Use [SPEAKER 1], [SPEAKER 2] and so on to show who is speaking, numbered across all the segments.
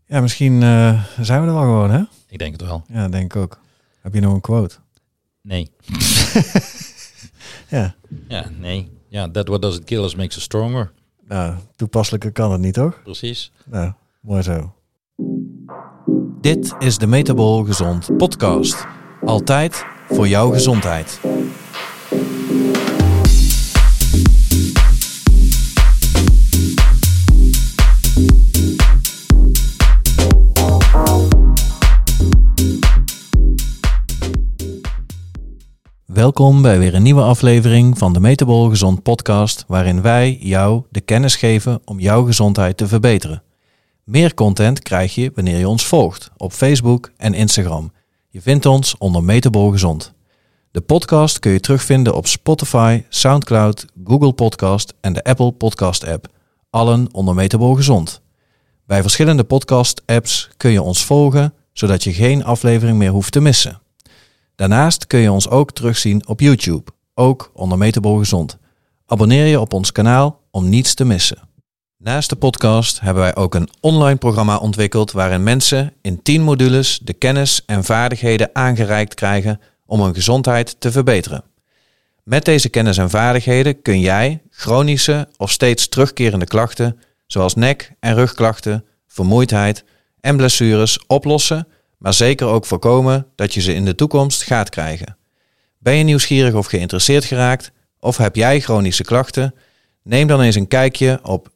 [SPEAKER 1] Ja, misschien zijn we er wel gewoon, hè?
[SPEAKER 2] Ik denk het wel.
[SPEAKER 1] Ja, denk ik ook. Heb je nog een quote?
[SPEAKER 2] Nee.
[SPEAKER 1] Ja.
[SPEAKER 2] Ja, nee. Ja, that what doesn't kill us makes us stronger.
[SPEAKER 1] Nou, toepasselijker kan het niet, toch?
[SPEAKER 2] Precies.
[SPEAKER 1] Nou, mooi zo. Dit is de Metabol Gezond podcast. Altijd voor jouw gezondheid. Welkom bij weer een nieuwe aflevering van de Metabol Gezond podcast, waarin wij jou de kennis geven om jouw gezondheid te verbeteren. Meer content krijg je wanneer je ons volgt op Facebook en Instagram. Je vindt ons onder Metabol Gezond. De podcast kun je terugvinden op Spotify, Soundcloud, Google Podcast en de Apple Podcast app. Allen onder Metabol Gezond. Bij verschillende podcast apps kun je ons volgen, zodat je geen aflevering meer hoeft te missen. Daarnaast kun je ons ook terugzien op YouTube, ook onder Metabol Gezond. Abonneer je op ons kanaal om niets te missen. Naast de podcast hebben wij ook een online programma ontwikkeld waarin mensen in 10 modules de kennis en vaardigheden aangereikt krijgen om hun gezondheid te verbeteren. Met deze kennis en vaardigheden kun jij chronische of steeds terugkerende klachten zoals nek- en rugklachten, vermoeidheid en blessures oplossen, maar zeker ook voorkomen dat je ze in de toekomst gaat krijgen. Ben je nieuwsgierig of geïnteresseerd geraakt of heb jij chronische klachten? Neem dan eens een kijkje op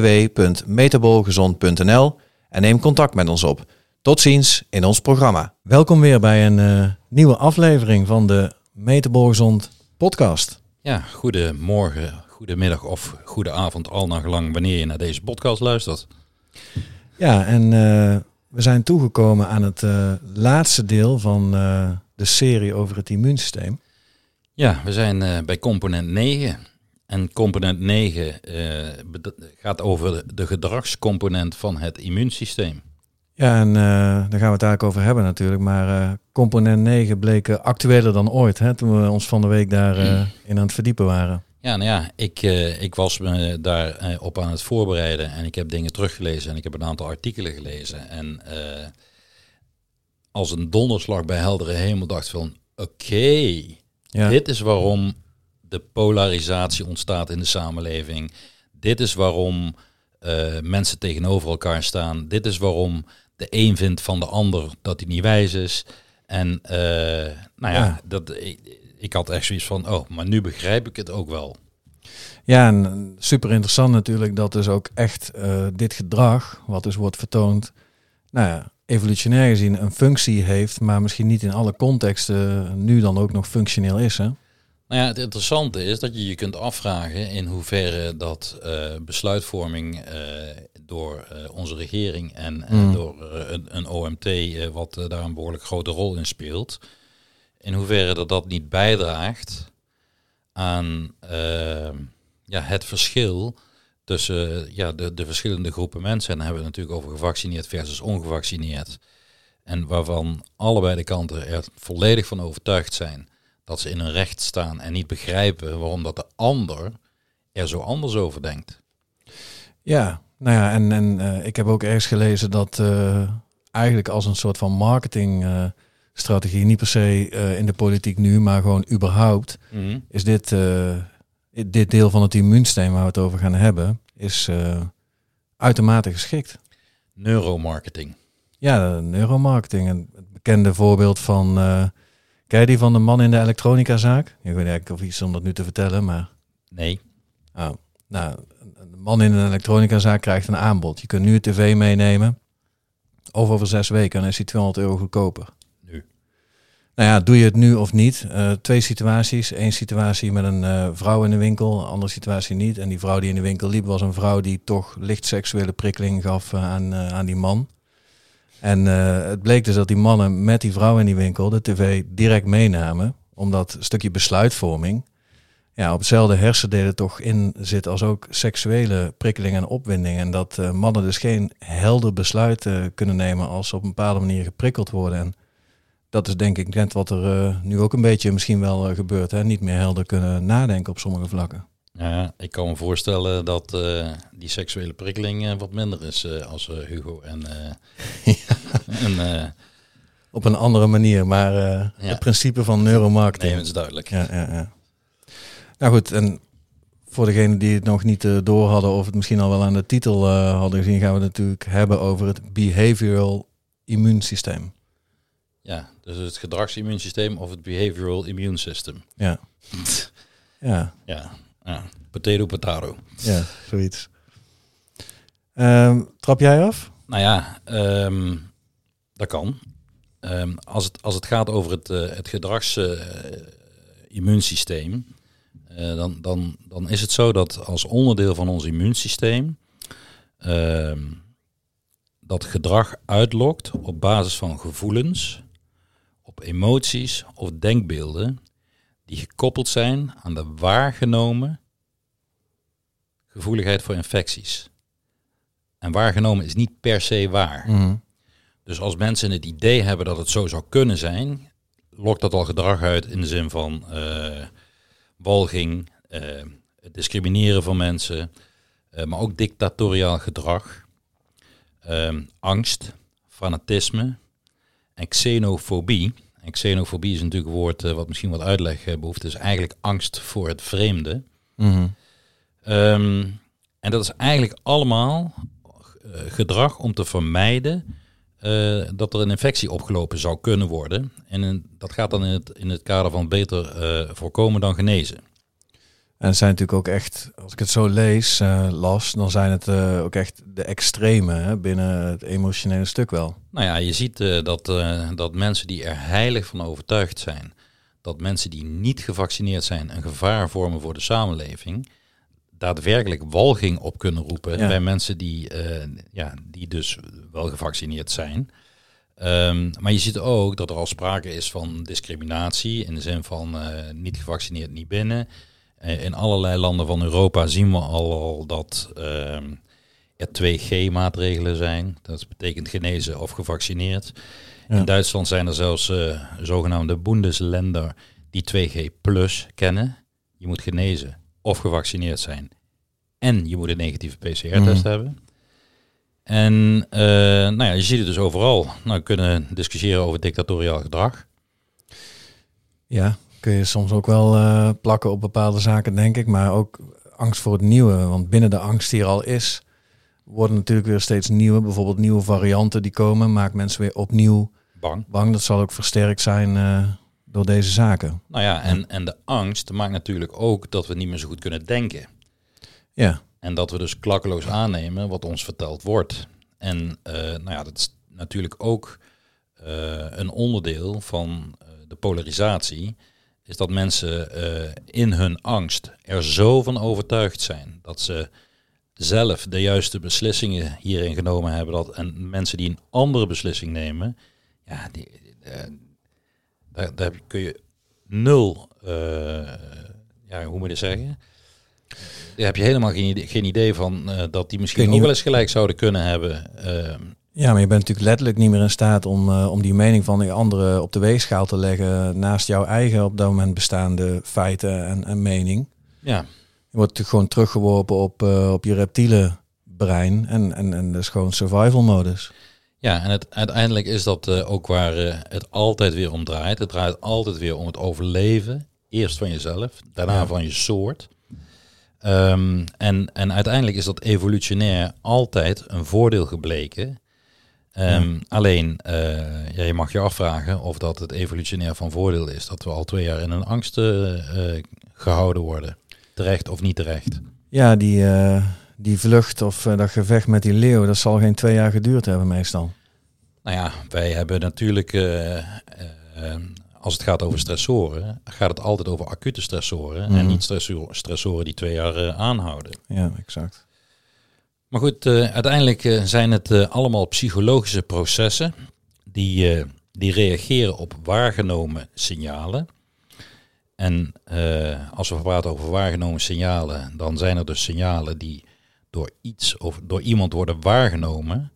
[SPEAKER 1] www.metabolgezond.nl en neem contact met ons op. Tot ziens in ons programma. Welkom weer bij een nieuwe aflevering van de Metabol Gezond podcast.
[SPEAKER 2] Ja, goedemorgen, goedemiddag of goede avond, al naar gelang wanneer je naar deze podcast luistert.
[SPEAKER 1] Ja, en we zijn toegekomen aan het laatste deel van de serie over het immuunsysteem.
[SPEAKER 2] Ja, we zijn bij component 9. En component 9 gaat over de gedragscomponent van het immuunsysteem.
[SPEAKER 1] Ja, en daar gaan we het eigenlijk over hebben natuurlijk. Maar component 9 bleek actueler dan ooit, hè, toen we ons van de week daar in aan het verdiepen waren.
[SPEAKER 2] Ja, nou ja, ik was me daar op aan het voorbereiden en ik heb dingen teruggelezen en ik heb een aantal artikelen gelezen. En als een donderslag bij heldere hemel dacht van oké, dit is waarom de polarisatie ontstaat in de samenleving. Dit is waarom mensen tegenover elkaar staan. Dit is waarom de een vindt van de ander dat hij niet wijs is. En ik had echt zoiets van, oh, maar nu begrijp ik het ook wel.
[SPEAKER 1] Ja, en super interessant natuurlijk dat dus ook echt dit gedrag, wat dus wordt vertoond, evolutionair gezien een functie heeft, maar misschien niet in alle contexten nu dan ook nog functioneel is, hè?
[SPEAKER 2] Nou ja, het interessante is dat je je kunt afvragen in hoeverre dat besluitvorming door onze regering en door een OMT, wat daar een behoorlijk grote rol in speelt, in hoeverre dat niet bijdraagt aan het verschil tussen de verschillende groepen mensen. En dan hebben we het natuurlijk over gevaccineerd versus ongevaccineerd. En waarvan allebei de kanten er volledig van overtuigd zijn dat ze in hun recht staan en niet begrijpen waarom dat de ander er zo anders over denkt. Ja,
[SPEAKER 1] nou ja, en ik heb ook ergens gelezen dat eigenlijk als een soort van marketingstrategie, niet per se in de politiek nu, maar gewoon überhaupt, is dit deel van het immuunsysteem waar we het over gaan hebben, is uitermate geschikt.
[SPEAKER 2] Neuromarketing.
[SPEAKER 1] Ja, neuromarketing. En het bekende voorbeeld van, ken je die van de man in de elektronicazaak? Ik weet eigenlijk of iets om dat nu te vertellen, maar...
[SPEAKER 2] Nee.
[SPEAKER 1] Oh, nou, een man in een elektronicazaak krijgt een aanbod. Je kunt nu een tv meenemen, of over 6 weken, en dan is die €200 goedkoper.
[SPEAKER 2] Nu.
[SPEAKER 1] Nou ja, doe je het nu of niet? 2 situaties. 1 situatie met een vrouw in de winkel, een andere situatie niet. En die vrouw die in de winkel liep was een vrouw die toch licht seksuele prikkeling gaf aan die man. En het bleek dus dat die mannen met die vrouw in die winkel de tv direct meenamen, omdat een stukje besluitvorming op hetzelfde hersendelen toch in zit als ook seksuele prikkeling en opwinding. En dat mannen dus geen helder besluit kunnen nemen als ze op een bepaalde manier geprikkeld worden. En dat is denk ik net wat er nu ook een beetje misschien wel gebeurt. Hè? Niet meer helder kunnen nadenken op sommige vlakken.
[SPEAKER 2] Ja, ik kan me voorstellen dat die seksuele prikkeling wat minder is als Hugo en...
[SPEAKER 1] Op een andere manier, maar het principe van neuromarketing.
[SPEAKER 2] Nee, dat is duidelijk.
[SPEAKER 1] Ja. Nou goed, en voor degenen die het nog niet door hadden of het misschien al wel aan de titel hadden gezien, gaan we het natuurlijk hebben over het behavioral immuunsysteem.
[SPEAKER 2] Ja, dus het gedragsimmuunsysteem of het behavioral immune system.
[SPEAKER 1] Ja.
[SPEAKER 2] Ja. Potato, potato.
[SPEAKER 1] Ja, zoiets. Trap jij af?
[SPEAKER 2] Nou ja, dat kan. Als het gaat over het gedragsimmuunsysteem, dan is het zo dat als onderdeel van ons immuunsysteem dat gedrag uitlokt op basis van gevoelens, op emoties of denkbeelden die gekoppeld zijn aan de waargenomen gevoeligheid voor infecties. En waargenomen is niet per se waar.
[SPEAKER 1] Mm-hmm.
[SPEAKER 2] Dus als mensen het idee hebben dat het zo zou kunnen zijn, lokt dat al gedrag uit in de zin van walging, het discrimineren van mensen, maar ook dictatoriaal gedrag, angst, fanatisme en xenofobie. En xenofobie is natuurlijk een woord wat misschien wat uitleg behoeft. Het is eigenlijk angst voor het vreemde.
[SPEAKER 1] Mm-hmm.
[SPEAKER 2] En dat is eigenlijk allemaal gedrag om te vermijden dat er een infectie opgelopen zou kunnen worden. En dat gaat dan in het kader van beter voorkomen dan genezen.
[SPEAKER 1] En het zijn natuurlijk ook echt, als ik het zo las, dan zijn het ook echt de extreme binnen het emotionele stuk wel.
[SPEAKER 2] Nou ja, je ziet dat mensen die er heilig van overtuigd zijn, dat mensen die niet gevaccineerd zijn een gevaar vormen voor de samenleving, daadwerkelijk walging op kunnen roepen bij mensen die dus wel gevaccineerd zijn. Maar je ziet ook dat er al sprake is van discriminatie in de zin van niet gevaccineerd niet binnen. In allerlei landen van Europa zien we al dat er 2G-maatregelen zijn. Dat betekent genezen of gevaccineerd. Ja. In Duitsland zijn er zelfs zogenaamde Bundesländer die 2G+ kennen. Je moet genezen of gevaccineerd zijn. En je moet een negatieve PCR-test hebben. En je ziet het dus overal. Nou, we kunnen discussiëren over dictatoriaal gedrag.
[SPEAKER 1] Ja, kun je soms ook wel plakken op bepaalde zaken, denk ik. Maar ook angst voor het nieuwe. Want binnen de angst die er al is, worden natuurlijk weer steeds nieuwe. Bijvoorbeeld nieuwe varianten die komen. Maakt mensen weer opnieuw bang. Dat zal ook versterkt zijn door deze zaken.
[SPEAKER 2] Nou ja, en de angst maakt natuurlijk ook dat we niet meer zo goed kunnen denken.
[SPEAKER 1] Ja.
[SPEAKER 2] En dat we dus klakkeloos aannemen wat ons verteld wordt. En dat is natuurlijk ook een onderdeel van de polarisatie. Is dat mensen in hun angst er zo van overtuigd zijn dat ze zelf de juiste beslissingen hierin genomen hebben. En mensen die een andere beslissing nemen, ja, daar kun je nul, hoe moet je zeggen? Daar heb je helemaal geen idee van dat die misschien ook wel eens gelijk zouden kunnen hebben.
[SPEAKER 1] Ja, maar je bent natuurlijk letterlijk niet meer in staat om die mening van die anderen op de weegschaal te leggen naast jouw eigen op dat moment bestaande feiten en mening.
[SPEAKER 2] Ja.
[SPEAKER 1] Je wordt natuurlijk gewoon teruggeworpen op je reptiele brein en dat is gewoon survival modus.
[SPEAKER 2] Ja, en uiteindelijk is dat ook waar het altijd weer om draait. Het draait altijd weer om het overleven. Eerst van jezelf, daarna van je soort. En uiteindelijk is dat evolutionair altijd een voordeel gebleken. Alleen, je mag je afvragen of dat het evolutionair van voordeel is. Dat we al 2 jaar in een angst gehouden worden. Terecht of niet terecht.
[SPEAKER 1] Ja, die vlucht of dat gevecht met die leeuw, dat zal geen 2 jaar geduurd hebben meestal.
[SPEAKER 2] Nou ja, wij hebben natuurlijk, als het gaat over stressoren, gaat het altijd over acute stressoren. En niet stressoren die 2 jaar aanhouden.
[SPEAKER 1] Ja, exact.
[SPEAKER 2] Maar goed, uiteindelijk zijn het allemaal psychologische processen die reageren op waargenomen signalen. En als we praten over waargenomen signalen, dan zijn er dus signalen die door iets of door iemand worden waargenomen.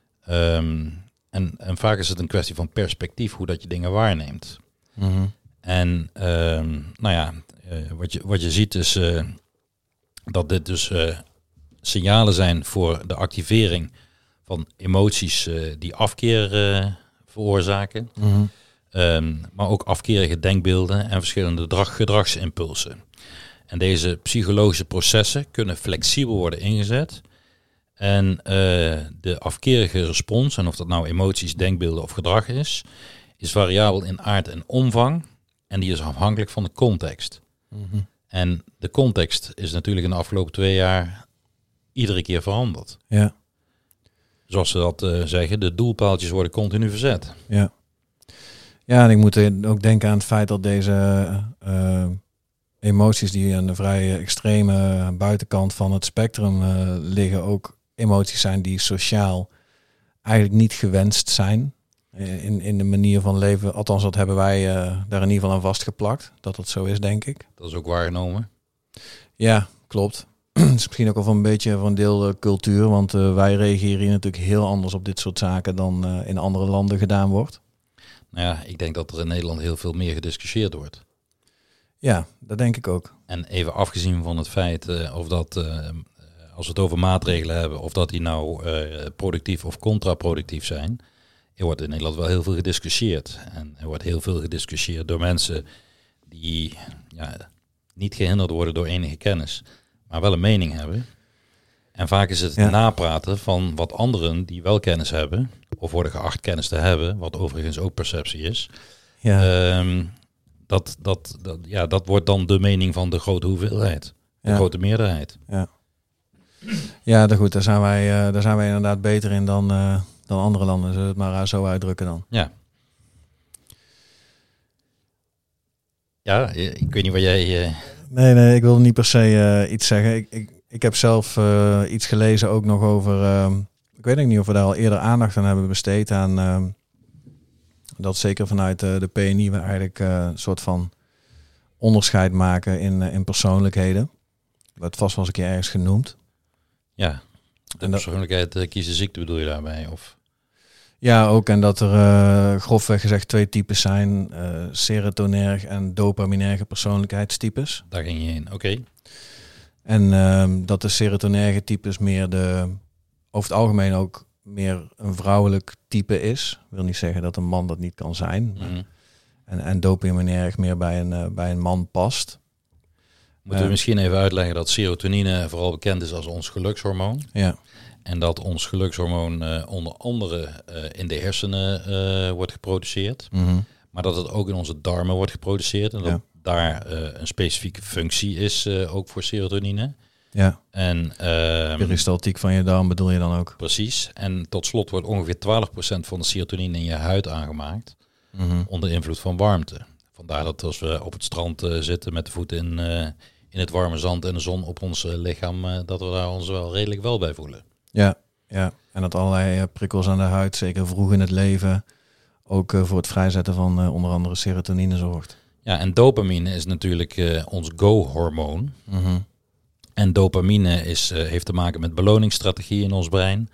[SPEAKER 2] En vaak is het een kwestie van perspectief, hoe dat je dingen waarneemt.
[SPEAKER 1] Mm-hmm.
[SPEAKER 2] En wat je ziet is dat dit dus signalen zijn voor de activering van emoties die afkeer veroorzaken.
[SPEAKER 1] Mm-hmm.
[SPEAKER 2] Maar ook afkerige denkbeelden en verschillende gedragsimpulsen. En deze psychologische processen kunnen flexibel worden ingezet. En de afkerige respons, en of dat nou emoties, denkbeelden of gedrag is variabel in aard en omvang. En die is afhankelijk van de context.
[SPEAKER 1] Mm-hmm.
[SPEAKER 2] En de context is natuurlijk in de afgelopen 2 jaar iedere keer veranderd.
[SPEAKER 1] Ja.
[SPEAKER 2] Zoals ze dat zeggen, de doelpaaltjes worden continu verzet.
[SPEAKER 1] Ja. Ja, en ik moet ook denken aan het feit dat deze emoties die aan de vrij extreme buitenkant van het spectrum liggen, ook emoties zijn die sociaal eigenlijk niet gewenst zijn in de manier van leven. Althans, dat hebben wij daar in ieder geval aan vastgeplakt, dat het zo is, denk ik.
[SPEAKER 2] Dat is ook waargenomen.
[SPEAKER 1] Ja, klopt. Het is misschien ook al van een beetje van deel cultuur, want wij reageren hier natuurlijk heel anders op dit soort zaken dan in andere landen gedaan wordt.
[SPEAKER 2] Nou ja, ik denk dat er in Nederland heel veel meer gediscussieerd wordt.
[SPEAKER 1] Ja, dat denk ik ook.
[SPEAKER 2] En even afgezien van het feit of dat, als we het over maatregelen hebben, of dat die nou productief of contraproductief zijn. Er wordt in Nederland wel heel veel gediscussieerd. En er wordt heel veel gediscussieerd door mensen die niet gehinderd worden door enige kennis, maar wel een mening hebben. En vaak is het napraten van wat anderen die wel kennis hebben, of worden geacht kennis te hebben, wat overigens ook perceptie is.
[SPEAKER 1] Ja.
[SPEAKER 2] Dat wordt dan de mening van de grote hoeveelheid, de grote meerderheid.
[SPEAKER 1] Ja, ja, goed, daar zijn wij inderdaad beter in dan andere landen. Zullen we het maar zo uitdrukken dan.
[SPEAKER 2] Ja. Ja, ik weet niet wat jij...
[SPEAKER 1] Nee, ik wil niet per se iets zeggen. Ik heb zelf iets gelezen ook nog over... ik weet niet of we daar al eerder aandacht aan hebben besteed aan... dat zeker vanuit de PNI we eigenlijk een soort van onderscheid maken in persoonlijkheden. Dat vast wel eens een keer ergens genoemd.
[SPEAKER 2] Ja, de persoonlijkheid kiezen ziekte bedoel je daarbij? Of?
[SPEAKER 1] Ja, ook. En dat er grofweg gezegd 2 types zijn. Serotonerg en dopaminerge persoonlijkheidstypes.
[SPEAKER 2] Daar ging je heen, oké.
[SPEAKER 1] En dat de serotonerge types meer over het algemeen ook meer een vrouwelijk type is. Ik wil niet zeggen dat een man dat niet kan zijn.
[SPEAKER 2] Mm-hmm.
[SPEAKER 1] En dopaminerg meer bij een man past.
[SPEAKER 2] Moeten we misschien even uitleggen dat serotonine vooral bekend is als ons gelukshormoon.
[SPEAKER 1] Ja.
[SPEAKER 2] En dat ons gelukshormoon onder andere in de hersenen wordt geproduceerd.
[SPEAKER 1] Mm-hmm.
[SPEAKER 2] Maar dat het ook in onze darmen wordt geproduceerd. En dat daar een specifieke functie is ook voor serotonine.
[SPEAKER 1] Ja.
[SPEAKER 2] En
[SPEAKER 1] peristaltiek van je darm bedoel je dan ook?
[SPEAKER 2] Precies. En tot slot wordt ongeveer 12% van de serotonine in je huid aangemaakt.
[SPEAKER 1] Mm-hmm.
[SPEAKER 2] Onder invloed van warmte. Vandaar dat als we op het strand zitten met de voeten in het warme zand en de zon op ons lichaam, dat we daar ons wel redelijk wel bij voelen.
[SPEAKER 1] Ja. En dat allerlei prikkels aan de huid, zeker vroeg in het leven, ook voor het vrijzetten van onder andere serotonine zorgt.
[SPEAKER 2] Ja, en dopamine is natuurlijk ons go-hormoon.
[SPEAKER 1] Mm-hmm.
[SPEAKER 2] En dopamine heeft te maken met beloningsstrategieën in ons brein.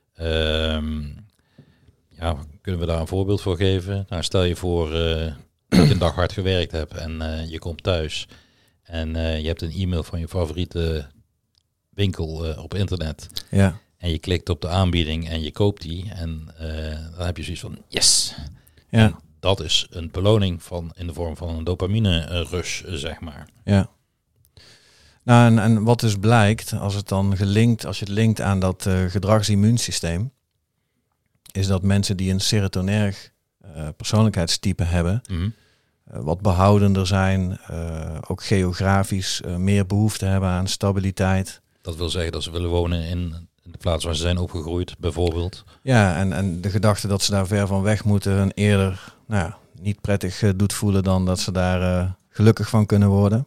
[SPEAKER 2] Kunnen we daar een voorbeeld voor geven? Nou, stel je voor dat je een dag hard gewerkt hebt en je komt thuis. En je hebt een e-mail van je favoriete winkel op internet.
[SPEAKER 1] Ja.
[SPEAKER 2] En je klikt op de aanbieding en je koopt die. En dan heb je zoiets van yes.
[SPEAKER 1] Ja.
[SPEAKER 2] En dat is een beloning in de vorm van een dopamine rush, zeg maar.
[SPEAKER 1] Ja. Nou, en wat dus blijkt, als je het linkt aan dat gedragsimmuunsysteem, is dat mensen die een serotonerg persoonlijkheidstype hebben,
[SPEAKER 2] Mm-hmm.
[SPEAKER 1] Wat behoudender zijn, ook geografisch meer behoefte hebben aan stabiliteit.
[SPEAKER 2] Dat wil zeggen dat ze willen wonen in de plaats waar ze zijn opgegroeid, bijvoorbeeld.
[SPEAKER 1] Ja, en de gedachte dat ze daar ver van weg moeten en eerder niet prettig doet voelen dan dat ze daar gelukkig van kunnen worden.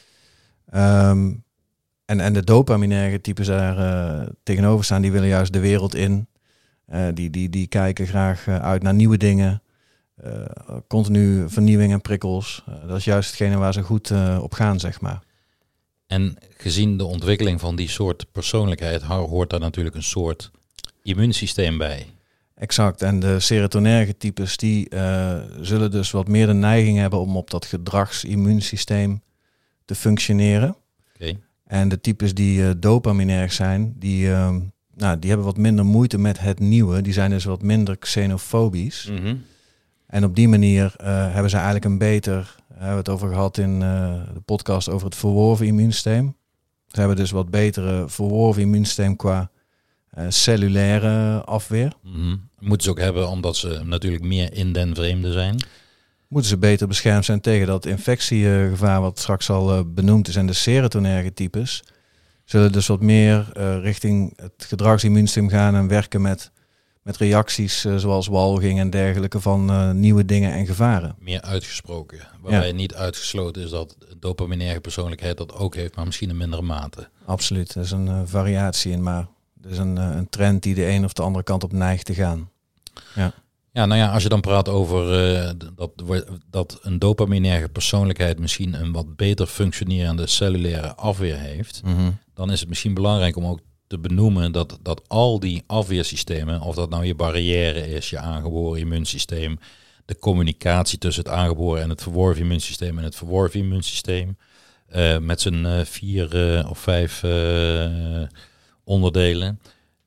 [SPEAKER 1] En de dopaminerge types daar tegenover staan, die willen juist de wereld in. Die kijken graag uit naar nieuwe dingen. Continu vernieuwing en prikkels. Dat is juist hetgene waar ze goed op gaan, zeg maar.
[SPEAKER 2] En gezien de ontwikkeling van die soort persoonlijkheid hoort daar natuurlijk een soort immuunsysteem bij.
[SPEAKER 1] Exact. En de serotonerge types die zullen dus wat meer de neiging hebben om op dat gedragsimmuunsysteem te functioneren.
[SPEAKER 2] Okay.
[SPEAKER 1] En de types die dopaminerg zijn, die hebben wat minder moeite met het nieuwe. Die zijn dus wat minder xenofobisch.
[SPEAKER 2] Mm-hmm.
[SPEAKER 1] En op die manier hebben ze eigenlijk een beter... hebben we het over gehad in de podcast over het verworven immuunsysteem. Ze hebben dus wat betere verworven immuunsysteem qua cellulaire afweer.
[SPEAKER 2] Mm-hmm. Moeten ze ook hebben omdat ze natuurlijk meer in den vreemde zijn.
[SPEAKER 1] Moeten ze beter beschermd zijn tegen dat infectiegevaar wat straks al benoemd is. En de serotonerge types zullen dus wat meer richting het gedragsimmuunsysteem gaan en werken met reacties zoals walging en dergelijke van nieuwe dingen en gevaren.
[SPEAKER 2] Meer uitgesproken. Waarbij niet uitgesloten is dat dopaminerge persoonlijkheid dat ook heeft, maar misschien in mindere mate.
[SPEAKER 1] Absoluut, er is een variatie in, maar er is een trend die de een of de andere kant op neigt te gaan. Ja.
[SPEAKER 2] Ja, nou ja, als je dan praat over dat een dopaminerge persoonlijkheid misschien een wat beter functionerende cellulaire afweer heeft, dan is het misschien belangrijk om ook te benoemen dat al die afweersystemen, of dat nou je barrière is, je aangeboren immuunsysteem, de communicatie tussen het aangeboren en het verworven immuunsysteem en het verworven immuunsysteem, met zijn 4 of 5 onderdelen.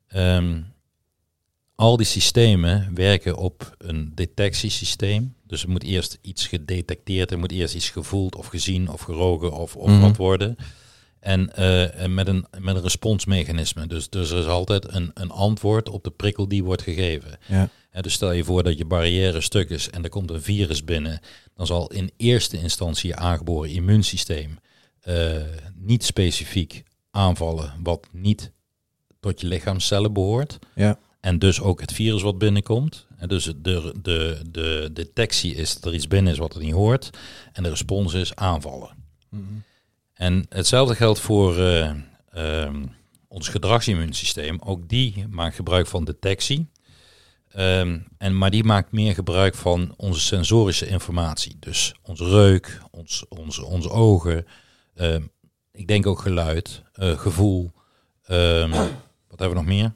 [SPEAKER 2] Al die systemen werken op een detectiesysteem. Dus er moet eerst iets gedetecteerd, er moet eerst iets gevoeld of gezien of geroken of wat worden. En met een responsmechanisme. Dus er is altijd een antwoord op de prikkel die wordt gegeven.
[SPEAKER 1] Ja.
[SPEAKER 2] Dus stel je voor dat je barrière stuk is en er komt een virus binnen. Dan zal in eerste instantie je aangeboren immuunsysteem niet specifiek aanvallen wat niet tot je lichaamscellen behoort.
[SPEAKER 1] Ja.
[SPEAKER 2] En dus ook het virus wat binnenkomt. En dus de detectie is dat er iets binnen is wat er niet hoort. En de respons is aanvallen. Mm-hmm. En hetzelfde geldt voor ons gedragsimmuunsysteem. Ook die maakt gebruik van detectie. Maar die maakt meer gebruik van onze sensorische informatie. Dus onze reuk, onze ogen. Ik denk ook geluid, gevoel. Wat hebben we nog meer?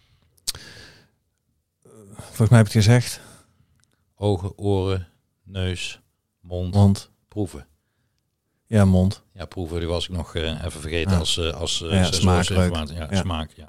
[SPEAKER 1] Volgens mij heb je het gezegd.
[SPEAKER 2] Ogen, oren, neus, mond. Proeven.
[SPEAKER 1] Ja, mond.
[SPEAKER 2] Ja, proeven, die was ik nog even vergeten als
[SPEAKER 1] smaak,
[SPEAKER 2] informatie. Ja, smaak, ja.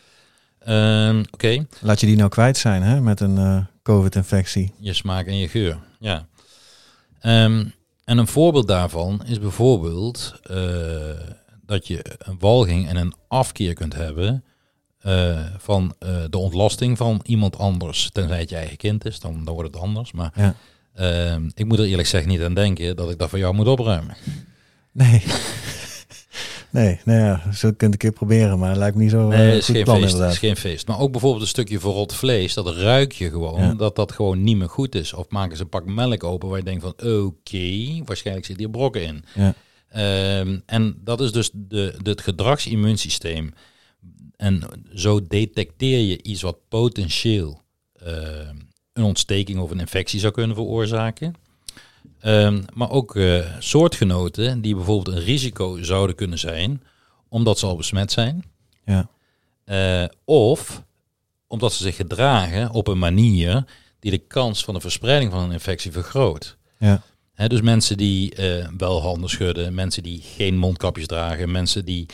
[SPEAKER 2] Oké.
[SPEAKER 1] Laat je die nou kwijt zijn, hè, met een COVID-infectie.
[SPEAKER 2] Je smaak en je geur, ja. En een voorbeeld daarvan is bijvoorbeeld dat je een walging en een afkeer kunt hebben van de ontlasting van iemand anders. Tenzij het je eigen kind is, dan wordt het anders. Maar ik moet er eerlijk gezegd niet aan denken dat ik dat voor jou moet opruimen.
[SPEAKER 1] Nee. Nee, nou ja, zo kun je een keer proberen, maar het lijkt me niet zo
[SPEAKER 2] nee,
[SPEAKER 1] goed plan
[SPEAKER 2] feest,
[SPEAKER 1] inderdaad.
[SPEAKER 2] Het is geen feest. Maar ook bijvoorbeeld een stukje verrot vlees, dat ruik je gewoon, dat gewoon niet meer goed is. Of maken ze een pak melk open waar je denkt van oké, waarschijnlijk zit hier brokken in. Ja. En dat is dus het gedragsimmuunsysteem. En zo detecteer je iets wat potentieel een ontsteking of een infectie zou kunnen veroorzaken. Maar ook soortgenoten die bijvoorbeeld een risico zouden kunnen zijn omdat ze al besmet zijn. Ja. Of omdat ze zich gedragen op een manier die de kans van de verspreiding van een infectie vergroot. Ja. Dus mensen die wel handen schudden, mensen die geen mondkapjes dragen, mensen die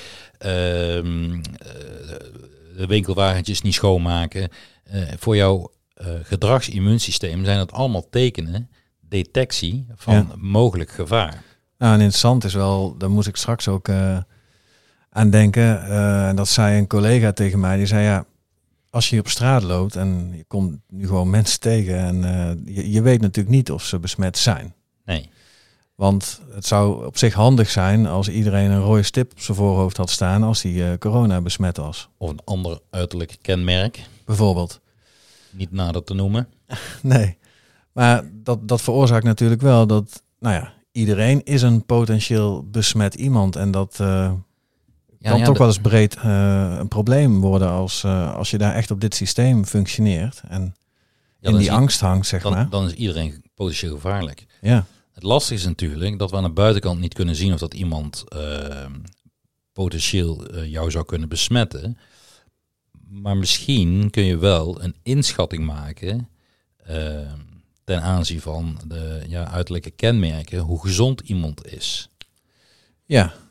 [SPEAKER 2] de winkelwagentjes niet schoonmaken. Voor jouw gedragsimmuunsysteem zijn dat allemaal tekenen, detectie van mogelijk gevaar.
[SPEAKER 1] Nou, en interessant is wel, daar moest ik straks ook aan denken. En dat zei een collega tegen mij, die zei ja, als je op straat loopt en je komt nu gewoon mensen tegen en je weet natuurlijk niet of ze besmet zijn.
[SPEAKER 2] Nee.
[SPEAKER 1] Want het zou op zich handig zijn als iedereen een rode stip op zijn voorhoofd had staan als hij corona besmet was.
[SPEAKER 2] Of een ander uiterlijk kenmerk.
[SPEAKER 1] Bijvoorbeeld.
[SPEAKER 2] Niet nader te noemen.
[SPEAKER 1] Nee, maar dat veroorzaakt natuurlijk wel dat, nou ja, iedereen is een potentieel besmet iemand. En dat kan toch wel eens breed een probleem worden als je daar echt op dit systeem functioneert. En in die angst hangt, zeg maar.
[SPEAKER 2] Dan is iedereen potentieel gevaarlijk.
[SPEAKER 1] Ja.
[SPEAKER 2] Het lastige is natuurlijk dat we aan de buitenkant niet kunnen zien of dat iemand potentieel jou zou kunnen besmetten. Maar misschien kun je wel een inschatting maken ten aanzien van de uiterlijke kenmerken, hoe gezond iemand is.
[SPEAKER 1] Ja,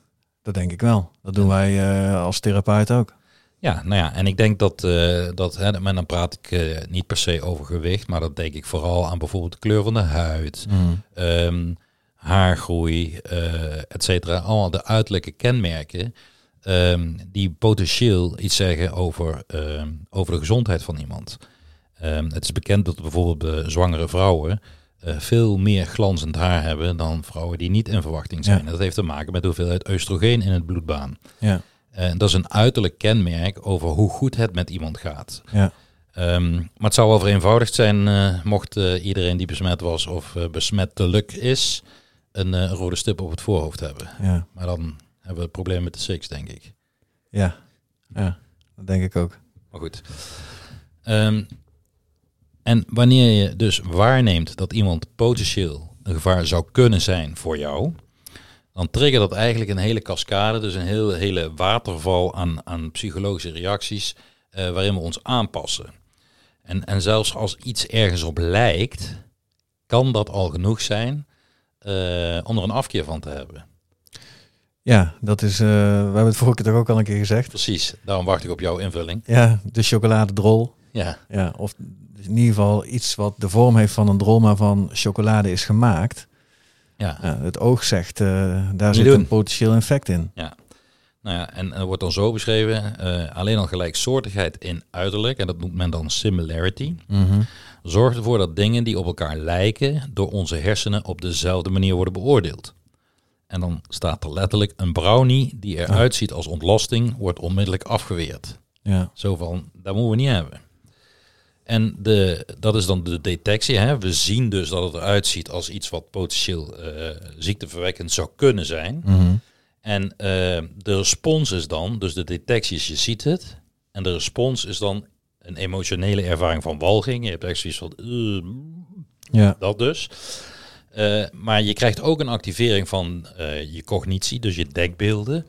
[SPEAKER 1] dat denk ik wel. Dat doen wij als therapeut ook.
[SPEAKER 2] Ja, nou ja, en ik denk maar dan praat ik niet per se over gewicht, maar dat denk ik vooral aan bijvoorbeeld de kleur van de huid, haargroei, et cetera. Allemaal de uiterlijke kenmerken die potentieel iets zeggen over de gezondheid van iemand. Het is bekend dat bijvoorbeeld zwangere vrouwen veel meer glanzend haar hebben dan vrouwen die niet in verwachting zijn. Ja. En dat heeft te maken met de hoeveelheid oestrogeen in het bloedbaan. Ja. Dat is een uiterlijk kenmerk over hoe goed het met iemand gaat. Ja. Maar het zou wel vereenvoudigd zijn mocht iedereen die besmet was of besmettelijk is een rode stip op het voorhoofd hebben. Ja. Maar dan hebben we het probleem met de SIX, denk ik.
[SPEAKER 1] Ja, dat denk ik ook.
[SPEAKER 2] Maar goed. En wanneer je dus waarneemt dat iemand potentieel een gevaar zou kunnen zijn voor jou, dan triggert dat eigenlijk een hele cascade, dus een hele waterval aan psychologische reacties waarin we ons aanpassen. En zelfs als iets ergens op lijkt, kan dat al genoeg zijn om er een afkeer van te hebben.
[SPEAKER 1] Ja, dat is, we hebben het vorige keer toch ook al een keer gezegd.
[SPEAKER 2] Precies, daarom wacht ik op jouw invulling.
[SPEAKER 1] Ja, de chocoladedrol. Ja, of in ieder geval iets wat de vorm heeft van een drol, maar van chocolade is gemaakt. Ja. Het oog zegt, daar zit een potentieel effect in.
[SPEAKER 2] Ja. Nou ja, en er wordt dan zo beschreven, alleen al gelijksoortigheid in uiterlijk, en dat noemt men dan similarity, zorgt ervoor dat dingen die op elkaar lijken door onze hersenen op dezelfde manier worden beoordeeld. En dan staat er letterlijk, een brownie die eruit ziet als ontlasting, wordt onmiddellijk afgeweerd. Ja. Zo van, dat moeten we niet hebben. En dat is dan de detectie. Hè? We zien dus dat het eruit ziet als iets wat potentieel ziekteverwekkend zou kunnen zijn. Mm-hmm. En de respons is dan, dus de detectie is, je ziet het. En de respons is dan een emotionele ervaring van walging. Je hebt echt zoiets van, dat dus. Maar je krijgt ook een activering van je cognitie, dus je denkbeelden.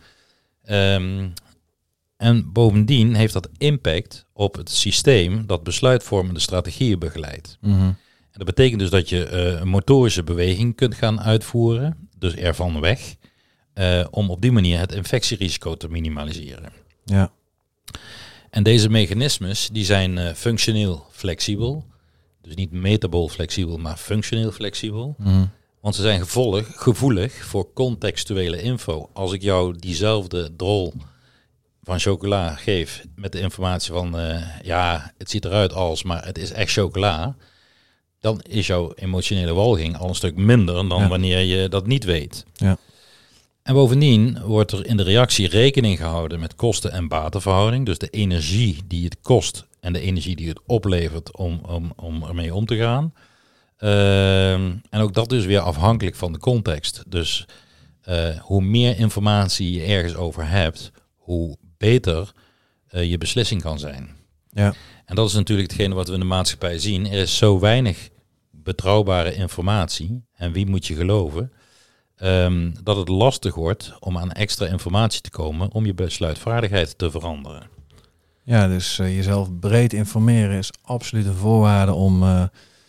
[SPEAKER 2] En bovendien heeft dat impact op het systeem dat besluitvormende strategieën begeleidt. Mm-hmm. En dat betekent dus dat je een motorische beweging kunt gaan uitvoeren, dus ervan weg, om op die manier het infectierisico te minimaliseren. Ja. En deze mechanismes die zijn functioneel flexibel, dus niet metabool flexibel, maar functioneel flexibel. Mm-hmm. Want ze zijn gevoelig voor contextuele info. Als ik jou diezelfde drol van chocola geef met de informatie van het ziet eruit als, maar het is echt chocola, dan is jouw emotionele walging al een stuk minder dan wanneer je dat niet weet. Ja. En bovendien wordt er in de reactie rekening gehouden met kosten- en batenverhouding, dus de energie die het kost en de energie die het oplevert om ermee om te gaan. En ook dat is weer afhankelijk van de context. Dus hoe meer informatie je ergens over hebt, hoe beter je beslissing kan zijn. Ja. En dat is natuurlijk hetgene wat we in de maatschappij zien. Er is zo weinig betrouwbare informatie. En wie moet je geloven? Dat het lastig wordt om aan extra informatie te komen om je besluitvaardigheid te veranderen.
[SPEAKER 1] Ja, dus jezelf breed informeren is absoluut een voorwaarde om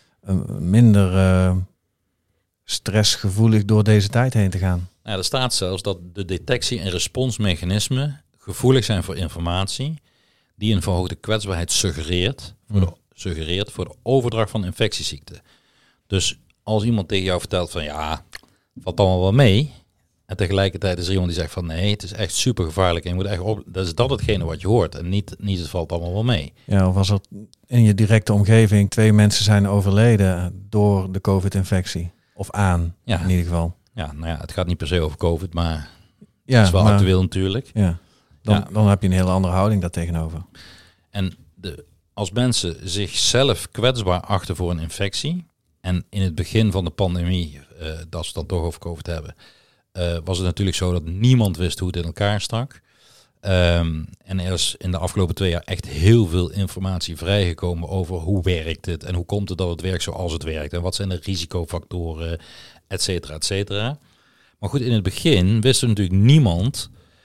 [SPEAKER 1] minder stressgevoelig door deze tijd heen te gaan.
[SPEAKER 2] Nou, er staat zelfs dat de detectie- en responsmechanismen gevoelig zijn voor informatie die een verhoogde kwetsbaarheid suggereert voor de overdracht van infectieziekten. Dus als iemand tegen jou vertelt van valt allemaal wel mee, en tegelijkertijd is er iemand die zegt van nee, het is echt super gevaarlijk en je moet echt dat is dat hetgene wat je hoort en niet het valt allemaal wel mee.
[SPEAKER 1] Ja, of als er in je directe omgeving 2 mensen zijn overleden door de COVID-infectie of aan in ieder geval.
[SPEAKER 2] Ja, nou ja, het gaat niet per se over COVID, maar het is wel actueel natuurlijk.
[SPEAKER 1] Ja. Dan heb je een hele andere houding daar tegenover.
[SPEAKER 2] En als mensen zichzelf kwetsbaar achten voor een infectie, en in het begin van de pandemie, dat we het dan toch over COVID hebben, was het natuurlijk zo dat niemand wist hoe het in elkaar stak. En er is in de afgelopen 2 jaar echt heel veel informatie vrijgekomen over hoe werkt het en hoe komt het dat het werkt zoals het werkt en wat zijn de risicofactoren, et cetera, et cetera. Maar goed, in het begin wist er natuurlijk niemand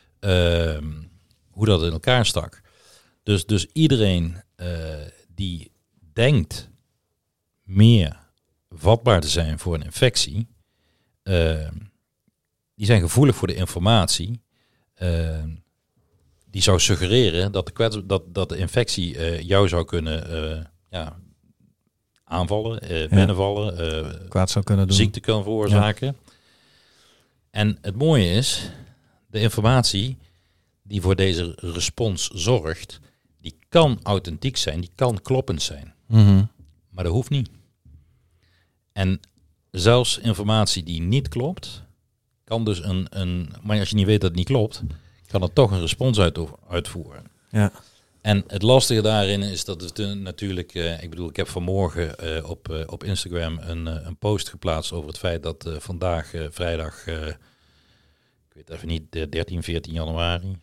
[SPEAKER 2] hoe dat in elkaar stak. Dus iedereen die denkt meer vatbaar te zijn voor een infectie, die zijn gevoelig voor de informatie die zou suggereren dat de infectie jou zou kunnen aanvallen, binnenvallen,
[SPEAKER 1] kwaad zou kunnen doen.
[SPEAKER 2] ziekte kan veroorzaken. Ja. En het mooie is, de informatie die voor deze respons zorgt, die kan authentiek zijn, die kan kloppend zijn.
[SPEAKER 1] Mm-hmm.
[SPEAKER 2] Maar dat hoeft niet. En zelfs informatie die niet klopt, kan dus maar als je niet weet dat het niet klopt, kan het toch een respons uitvoeren.
[SPEAKER 1] Ja.
[SPEAKER 2] En het lastige daarin is dat het natuurlijk, ik heb vanmorgen op Instagram een post geplaatst over het feit dat vandaag vrijdag, ik weet even niet, 14 januari,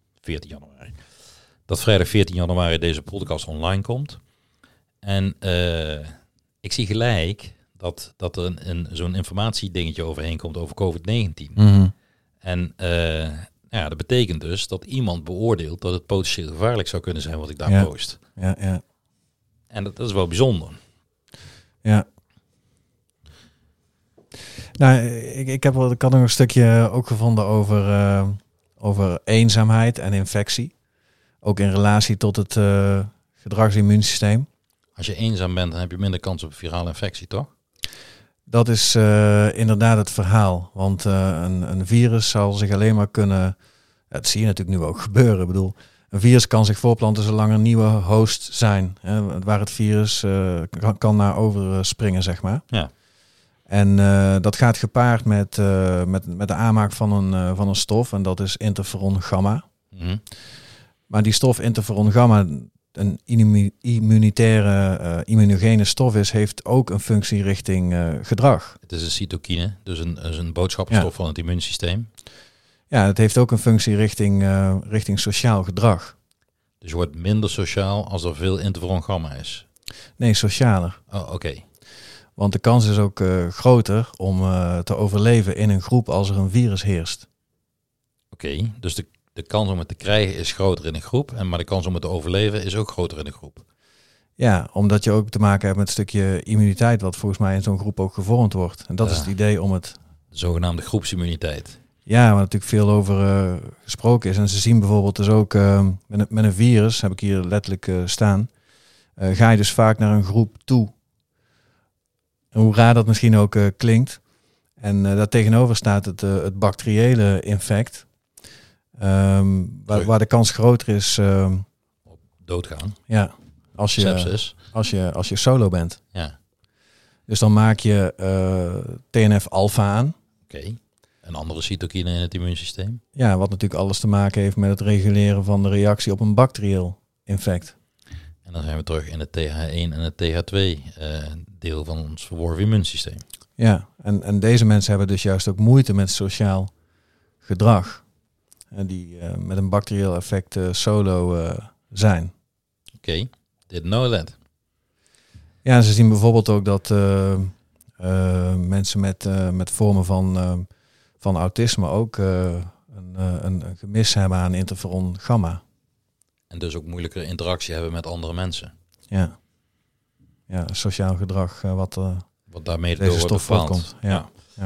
[SPEAKER 2] dat vrijdag 14 januari deze podcast online komt. En ik zie gelijk dat er zo'n informatiedingetje overheen komt over COVID-19.
[SPEAKER 1] Mm-hmm.
[SPEAKER 2] En dat betekent dus dat iemand beoordeelt dat het potentieel gevaarlijk zou kunnen zijn wat ik daar post.
[SPEAKER 1] Ja.
[SPEAKER 2] En dat is wel bijzonder.
[SPEAKER 1] Ja. Nou, ik had nog een stukje ook gevonden over eenzaamheid en infectie. Ook in relatie tot het gedragsimmuunsysteem.
[SPEAKER 2] Als je eenzaam bent, dan heb je minder kans op virale infectie, toch?
[SPEAKER 1] Dat is inderdaad het verhaal. Want een virus zal zich alleen maar kunnen... Dat zie je natuurlijk nu ook gebeuren. Ik bedoel, een virus kan zich voorplanten zolang er een nieuwe host zijn. Hè, waar het virus kan naar overspringen, zeg maar.
[SPEAKER 2] Ja.
[SPEAKER 1] En dat gaat gepaard met de aanmaak van een stof. En dat is interferon gamma.
[SPEAKER 2] Mm-hmm.
[SPEAKER 1] Maar die stof interferon gamma... een immunogene stof is, heeft ook een functie richting gedrag.
[SPEAKER 2] Het is een cytokine, dus een boodschappenstof van het immuunsysteem.
[SPEAKER 1] Ja, het heeft ook een functie richting sociaal gedrag.
[SPEAKER 2] Dus je wordt minder sociaal als er veel interferon gamma is?
[SPEAKER 1] Nee, socialer.
[SPEAKER 2] Oh, oké.
[SPEAKER 1] Want de kans is ook groter om te overleven in een groep als er een virus heerst.
[SPEAKER 2] Oké, dus de kans om het te krijgen is groter in een groep, maar de kans om het te overleven is ook groter in een groep.
[SPEAKER 1] Ja, omdat je ook te maken hebt met een stukje immuniteit, wat volgens mij in zo'n groep ook gevormd wordt. En dat is het idee om het...
[SPEAKER 2] De zogenaamde groepsimmuniteit.
[SPEAKER 1] Ja, waar natuurlijk veel over gesproken is. En ze zien bijvoorbeeld dus ook met een virus, heb ik hier letterlijk staan, ga je dus vaak naar een groep toe. En hoe raar dat misschien ook klinkt. En daartegenover staat het bacteriële infect. Waar de kans groter is
[SPEAKER 2] op doodgaan.
[SPEAKER 1] Ja, als je solo bent.
[SPEAKER 2] Ja.
[SPEAKER 1] Dus dan maak je TNF-alpha aan.
[SPEAKER 2] Oké. Een andere cytokine in het immuunsysteem.
[SPEAKER 1] Ja, wat natuurlijk alles te maken heeft met het reguleren van de reactie op een bacterieel infect.
[SPEAKER 2] En dan zijn we terug in het TH1 en het TH2 deel van ons verworven immuunsysteem.
[SPEAKER 1] Ja, en deze mensen hebben dus juist ook moeite met sociaal gedrag. Die met een bacterieel effect solo zijn.
[SPEAKER 2] Oké, didn't know that.
[SPEAKER 1] Ja, ze zien bijvoorbeeld ook dat mensen met vormen van autisme ook een gemis hebben aan interferon gamma.
[SPEAKER 2] En dus ook moeilijker interactie hebben met andere mensen.
[SPEAKER 1] Ja, sociaal gedrag wat
[SPEAKER 2] daarmee
[SPEAKER 1] deze
[SPEAKER 2] door
[SPEAKER 1] stof
[SPEAKER 2] bepaald.
[SPEAKER 1] voorkomt. Ja.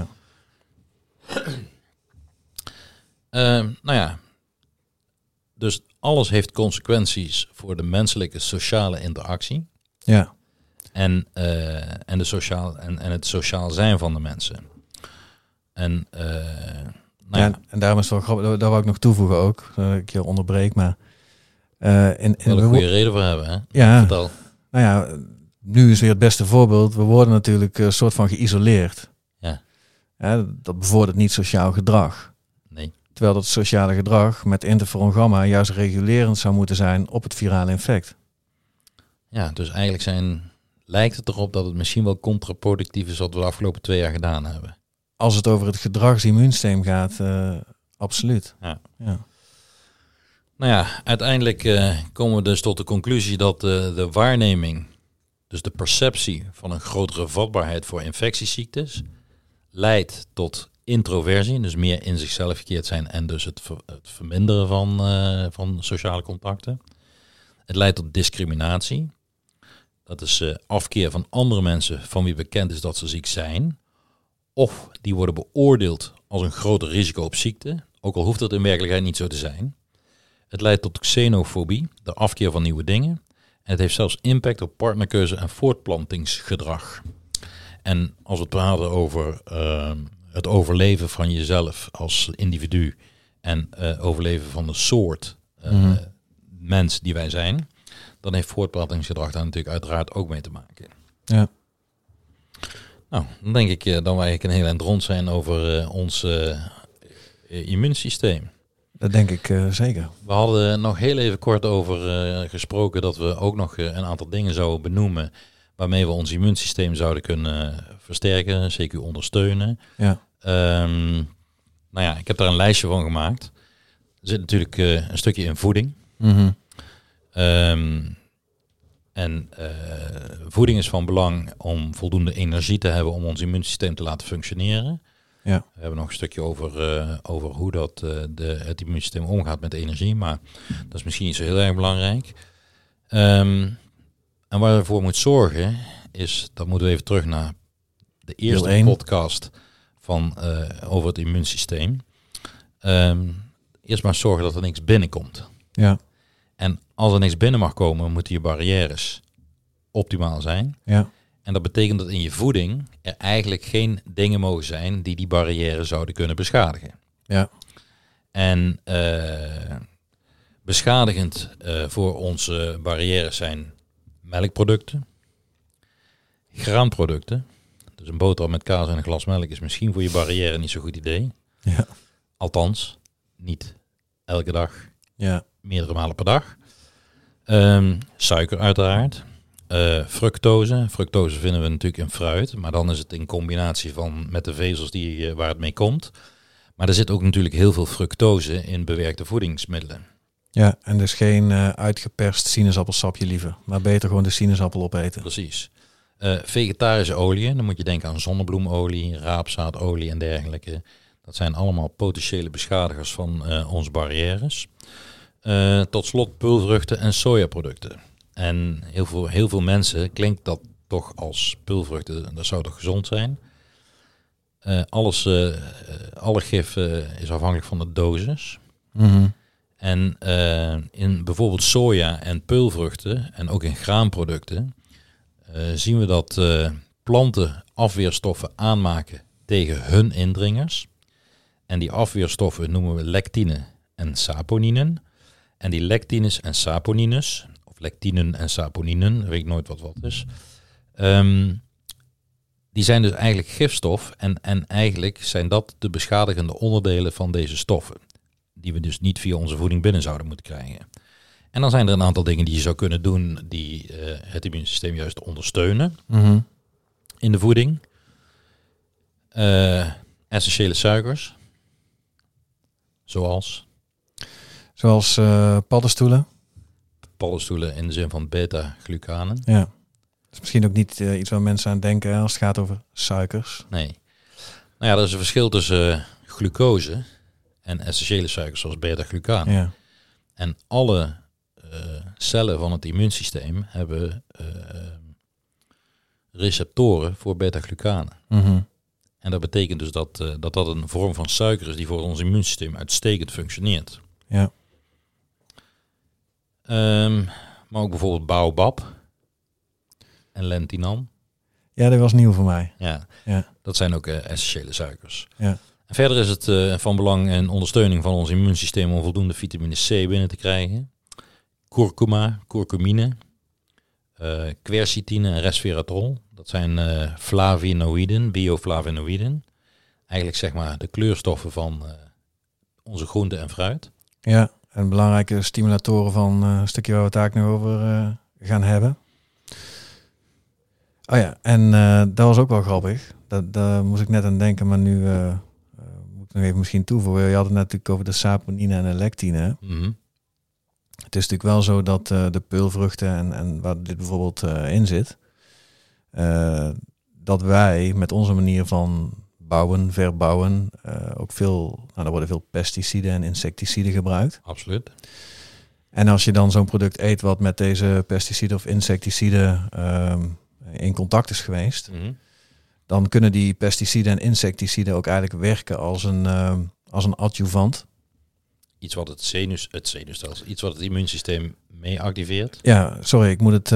[SPEAKER 2] Dus alles heeft consequenties voor de menselijke sociale interactie.
[SPEAKER 1] Ja.
[SPEAKER 2] En het sociaal zijn van de mensen. En
[SPEAKER 1] en daarom is het wel grappig, daar wou ik nog toevoegen ook, ik je onderbreek, maar...
[SPEAKER 2] Wel een goede reden voor hebben, hè?
[SPEAKER 1] Ja,
[SPEAKER 2] vertel.
[SPEAKER 1] Nou ja, nu is weer het beste voorbeeld. We worden natuurlijk een soort van geïsoleerd.
[SPEAKER 2] Ja.
[SPEAKER 1] Dat bevordert niet sociaal gedrag.
[SPEAKER 2] Nee.
[SPEAKER 1] Terwijl dat sociale gedrag met interferon gamma juist regulerend zou moeten zijn op het virale infect.
[SPEAKER 2] Ja, dus eigenlijk lijkt het erop dat het misschien wel contraproductief is wat we de afgelopen 2 jaar gedaan hebben.
[SPEAKER 1] Als het over het gedragsimmuunsysteem gaat, absoluut.
[SPEAKER 2] Ja.
[SPEAKER 1] Ja.
[SPEAKER 2] Nou ja, uiteindelijk komen we dus tot de conclusie dat de waarneming, dus de perceptie van een grotere vatbaarheid voor infectieziektes, leidt tot introversie, dus meer in zichzelf gekeerd zijn en dus het verminderen van sociale contacten. Het leidt tot discriminatie. Dat is afkeer van andere mensen van wie bekend is dat ze ziek zijn. Of die worden beoordeeld als een groter risico op ziekte. ook al hoeft het in werkelijkheid niet zo te zijn. Het leidt tot xenofobie, de afkeer van nieuwe dingen. En het heeft zelfs impact op partnerkeuze en voortplantingsgedrag. En als we praten over het overleven van jezelf als individu en overleven van de soort mens die wij zijn, dan heeft voortplantingsgedrag daar natuurlijk uiteraard ook mee te maken.
[SPEAKER 1] Ja.
[SPEAKER 2] Nou, dan denk ik dat wij een heel eind rond zijn over ons immuunsysteem.
[SPEAKER 1] Dat denk ik zeker.
[SPEAKER 2] We hadden nog heel even kort over gesproken dat we ook nog een aantal dingen zouden benoemen waarmee we ons immuunsysteem zouden kunnen versterken, CQ ondersteunen.
[SPEAKER 1] Ja.
[SPEAKER 2] Nou ja, ik heb daar een lijstje van gemaakt. Er zit natuurlijk een stukje in voeding.
[SPEAKER 1] Mm-hmm.
[SPEAKER 2] Voeding is van belang om voldoende energie te hebben om ons immuunsysteem te laten functioneren.
[SPEAKER 1] Ja.
[SPEAKER 2] We hebben nog een stukje over hoe dat het immuunsysteem omgaat met energie, maar dat is misschien niet zo heel erg belangrijk. En waar we voor moeten zorgen is, dat moeten we even terug naar de eerste podcast van over het immuunsysteem. Eerst maar zorgen dat er niks binnenkomt.
[SPEAKER 1] Ja.
[SPEAKER 2] En als er niks binnen mag komen, moeten je barrières optimaal zijn.
[SPEAKER 1] Ja.
[SPEAKER 2] En dat betekent dat in je voeding er eigenlijk geen dingen mogen zijn die barrières zouden kunnen beschadigen.
[SPEAKER 1] Ja.
[SPEAKER 2] En beschadigend voor onze barrières zijn melkproducten, graanproducten. Dus een boterham met kaas en een glas melk is misschien voor je barrière niet zo'n goed idee.
[SPEAKER 1] Ja.
[SPEAKER 2] Althans, niet elke dag, meerdere malen per dag. Suiker uiteraard. Fructose. Fructose vinden we natuurlijk in fruit, maar dan is het in combinatie met de vezels waar het mee komt. Maar er zit ook natuurlijk heel veel fructose in bewerkte voedingsmiddelen.
[SPEAKER 1] Ja, en dus geen uitgeperst sinaasappelsapje liever, maar beter gewoon de sinaasappel opeten.
[SPEAKER 2] Precies. Vegetarische oliën, dan moet je denken aan zonnebloemolie, raapzaadolie en dergelijke. Dat zijn allemaal potentiële beschadigers van onze barrières. Tot slot pulvruchten en sojaproducten. En heel veel mensen klinkt dat toch als pulvruchten, dat zou toch gezond zijn. Alle gif is afhankelijk van de dosis.
[SPEAKER 1] Mm-hmm.
[SPEAKER 2] En in bijvoorbeeld soja en pulvruchten en ook in graanproducten zien we dat planten afweerstoffen aanmaken tegen hun indringers. En die afweerstoffen noemen we lectine en saponinen. En die lectines en saponines, of lectinen en saponinen, weet ik nooit wat is. Die zijn dus eigenlijk gifstof en eigenlijk zijn dat de beschadigende onderdelen van deze stoffen. Die we dus niet via onze voeding binnen zouden moeten krijgen. En dan zijn er een aantal dingen die je zou kunnen doen die het immuunsysteem juist ondersteunen in de voeding. Essentiële suikers. Zoals
[SPEAKER 1] paddenstoelen.
[SPEAKER 2] Paddenstoelen in de zin van beta-glucanen.
[SPEAKER 1] Ja. Dat is misschien ook niet iets waar mensen aan denken als het gaat over suikers.
[SPEAKER 2] Nee. Nou ja, er is een verschil tussen glucose en essentiële suikers zoals beta-glucanen.
[SPEAKER 1] Ja.
[SPEAKER 2] En alle cellen van het immuunsysteem hebben receptoren voor beta-glucanen.
[SPEAKER 1] Mm-hmm.
[SPEAKER 2] En dat betekent dus dat een vorm van suiker is die voor ons immuunsysteem uitstekend functioneert.
[SPEAKER 1] Ja.
[SPEAKER 2] Maar ook bijvoorbeeld baobab en lentinan.
[SPEAKER 1] Ja, dat was nieuw voor mij.
[SPEAKER 2] Ja. Dat zijn ook essentiële suikers.
[SPEAKER 1] Ja.
[SPEAKER 2] En verder is het van belang en ondersteuning van ons immuunsysteem om voldoende vitamine C binnen te krijgen. Curcuma, curcumine, quercitine en resveratrol. Dat zijn flavonoïden, bioflavonoïden. Eigenlijk zeg maar de kleurstoffen van onze groente en fruit.
[SPEAKER 1] Ja, en belangrijke stimulatoren van een stukje waar we het eigenlijk nog over gaan hebben. Oh ja, en dat was ook wel grappig. Daar moest ik net aan denken, maar nu moet ik nog even misschien toevoegen. Je had het natuurlijk over de saponine en de lectine.
[SPEAKER 2] Mm-hmm.
[SPEAKER 1] Het is natuurlijk wel zo dat de peulvruchten en waar dit bijvoorbeeld in zit, dat wij met onze manier van bouwen, verbouwen, ook veel, er worden veel pesticiden en insecticiden gebruikt.
[SPEAKER 2] Absoluut.
[SPEAKER 1] En als je dan zo'n product eet wat met deze pesticiden of insecticiden in contact is geweest, dan kunnen die pesticiden en insecticiden ook eigenlijk werken als een adjuvant
[SPEAKER 2] iets wat het zenuwstelsel, iets wat het immuunsysteem mee activeert.
[SPEAKER 1] Ja, sorry, ik moet het...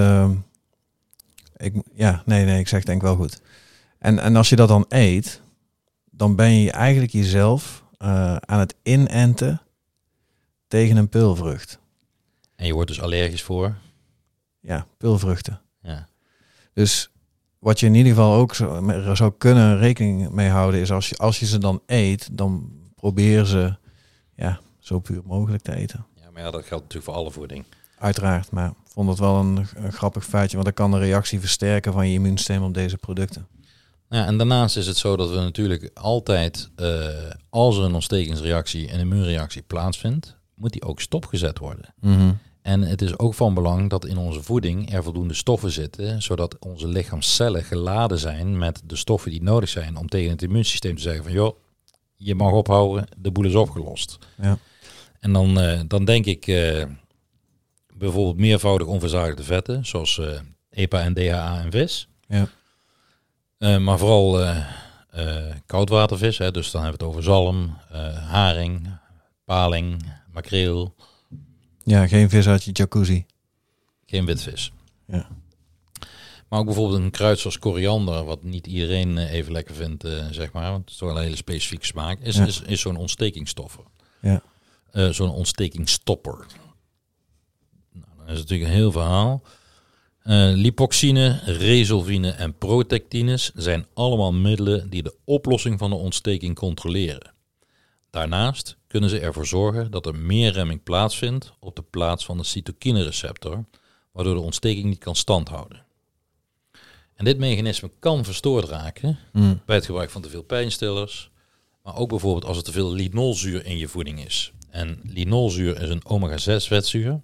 [SPEAKER 1] ik zeg denk wel goed. En als je dat dan eet, dan ben je eigenlijk jezelf aan het inenten tegen een peulvrucht.
[SPEAKER 2] En je wordt dus allergisch voor?
[SPEAKER 1] Ja, peulvruchten.
[SPEAKER 2] Ja.
[SPEAKER 1] Dus wat je in ieder geval ook zou kunnen rekening mee houden is als je ze dan eet, dan probeer ze zo puur mogelijk te eten.
[SPEAKER 2] Ja, maar ja, dat geldt natuurlijk voor alle voeding.
[SPEAKER 1] Uiteraard, maar ik vond het wel een grappig feitje, want dat kan de reactie versterken van je immuunsysteem op deze producten.
[SPEAKER 2] Ja, en daarnaast is het zo dat we natuurlijk altijd, als er een ontstekingsreactie, een immuunreactie plaatsvindt, moet die ook stopgezet worden.
[SPEAKER 1] Mm-hmm.
[SPEAKER 2] En het is ook van belang dat in onze voeding er voldoende stoffen zitten, zodat onze lichaamscellen geladen zijn met de stoffen die nodig zijn om tegen het immuunsysteem te zeggen van joh, je mag ophouden, de boel is opgelost.
[SPEAKER 1] Ja.
[SPEAKER 2] En dan denk ik bijvoorbeeld meervoudig onverzadigde vetten, zoals EPA en DHA en vis.
[SPEAKER 1] Ja.
[SPEAKER 2] Maar vooral koudwatervis, hè, dus dan hebben we het over zalm, haring, paling, makreel.
[SPEAKER 1] Ja, geen vis uit je jacuzzi.
[SPEAKER 2] Geen witvis.
[SPEAKER 1] Ja.
[SPEAKER 2] Maar ook bijvoorbeeld een kruid zoals koriander, wat niet iedereen even lekker vindt, zeg maar. Want het is toch wel een hele specifieke smaak. Is zo'n ontstekingsstoffer.
[SPEAKER 1] Ja.
[SPEAKER 2] Zo'n ontstekingsstopper. Nou, dan is het natuurlijk een heel verhaal. Lipoxine, resolvine en protectines zijn allemaal middelen die de oplossing van de ontsteking controleren. Daarnaast kunnen ze ervoor zorgen dat er meer remming plaatsvindt op de plaats van de cytokine-receptor, waardoor de ontsteking niet kan standhouden. En dit mechanisme kan verstoord raken bij het gebruik van te veel pijnstillers, maar ook bijvoorbeeld als er te veel linolzuur in je voeding is. En linolzuur is een omega-6 vetzuur